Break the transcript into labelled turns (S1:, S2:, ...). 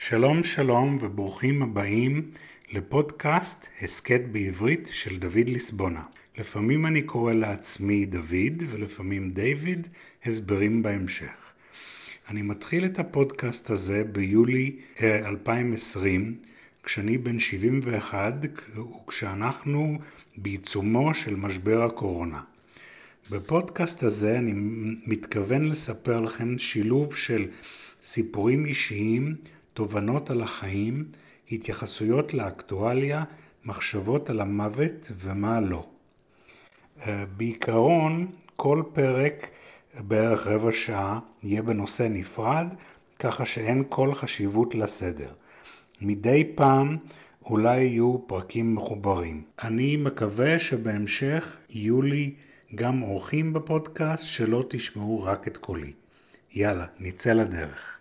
S1: שלום שלום וברוכים הבאים לפודקאסט הסקט בעברית של דוד ליסבונה. לפעמים אני קורא לעצמי דוד ולפעמים דיוויד, הסברים בהמשך. אני מתחיל את הפודקאסט הזה ביולי 2020, כשאני בן 71 וכשאנחנו בעיצומו של משבר הקורונה. בפודקאסט הזה אני מתכוון לספר לכם שילוב של סיפורים אישיים, תובנות על החיים, התייחסויות לאקטואליה, מחשבות על המוות ומה לא. בעיקרון, כל פרק בערך רבע שעה יהיה בנושא נפרד, ככה שאין כל חשיבות לסדר. מדי פעם אולי יהיו פרקים מחוברים. אני מקווה שבהמשך יהיו לי גם אורחים בפודקאסט שלא תשמעו רק את קולי. יאללה, נצא לדרך.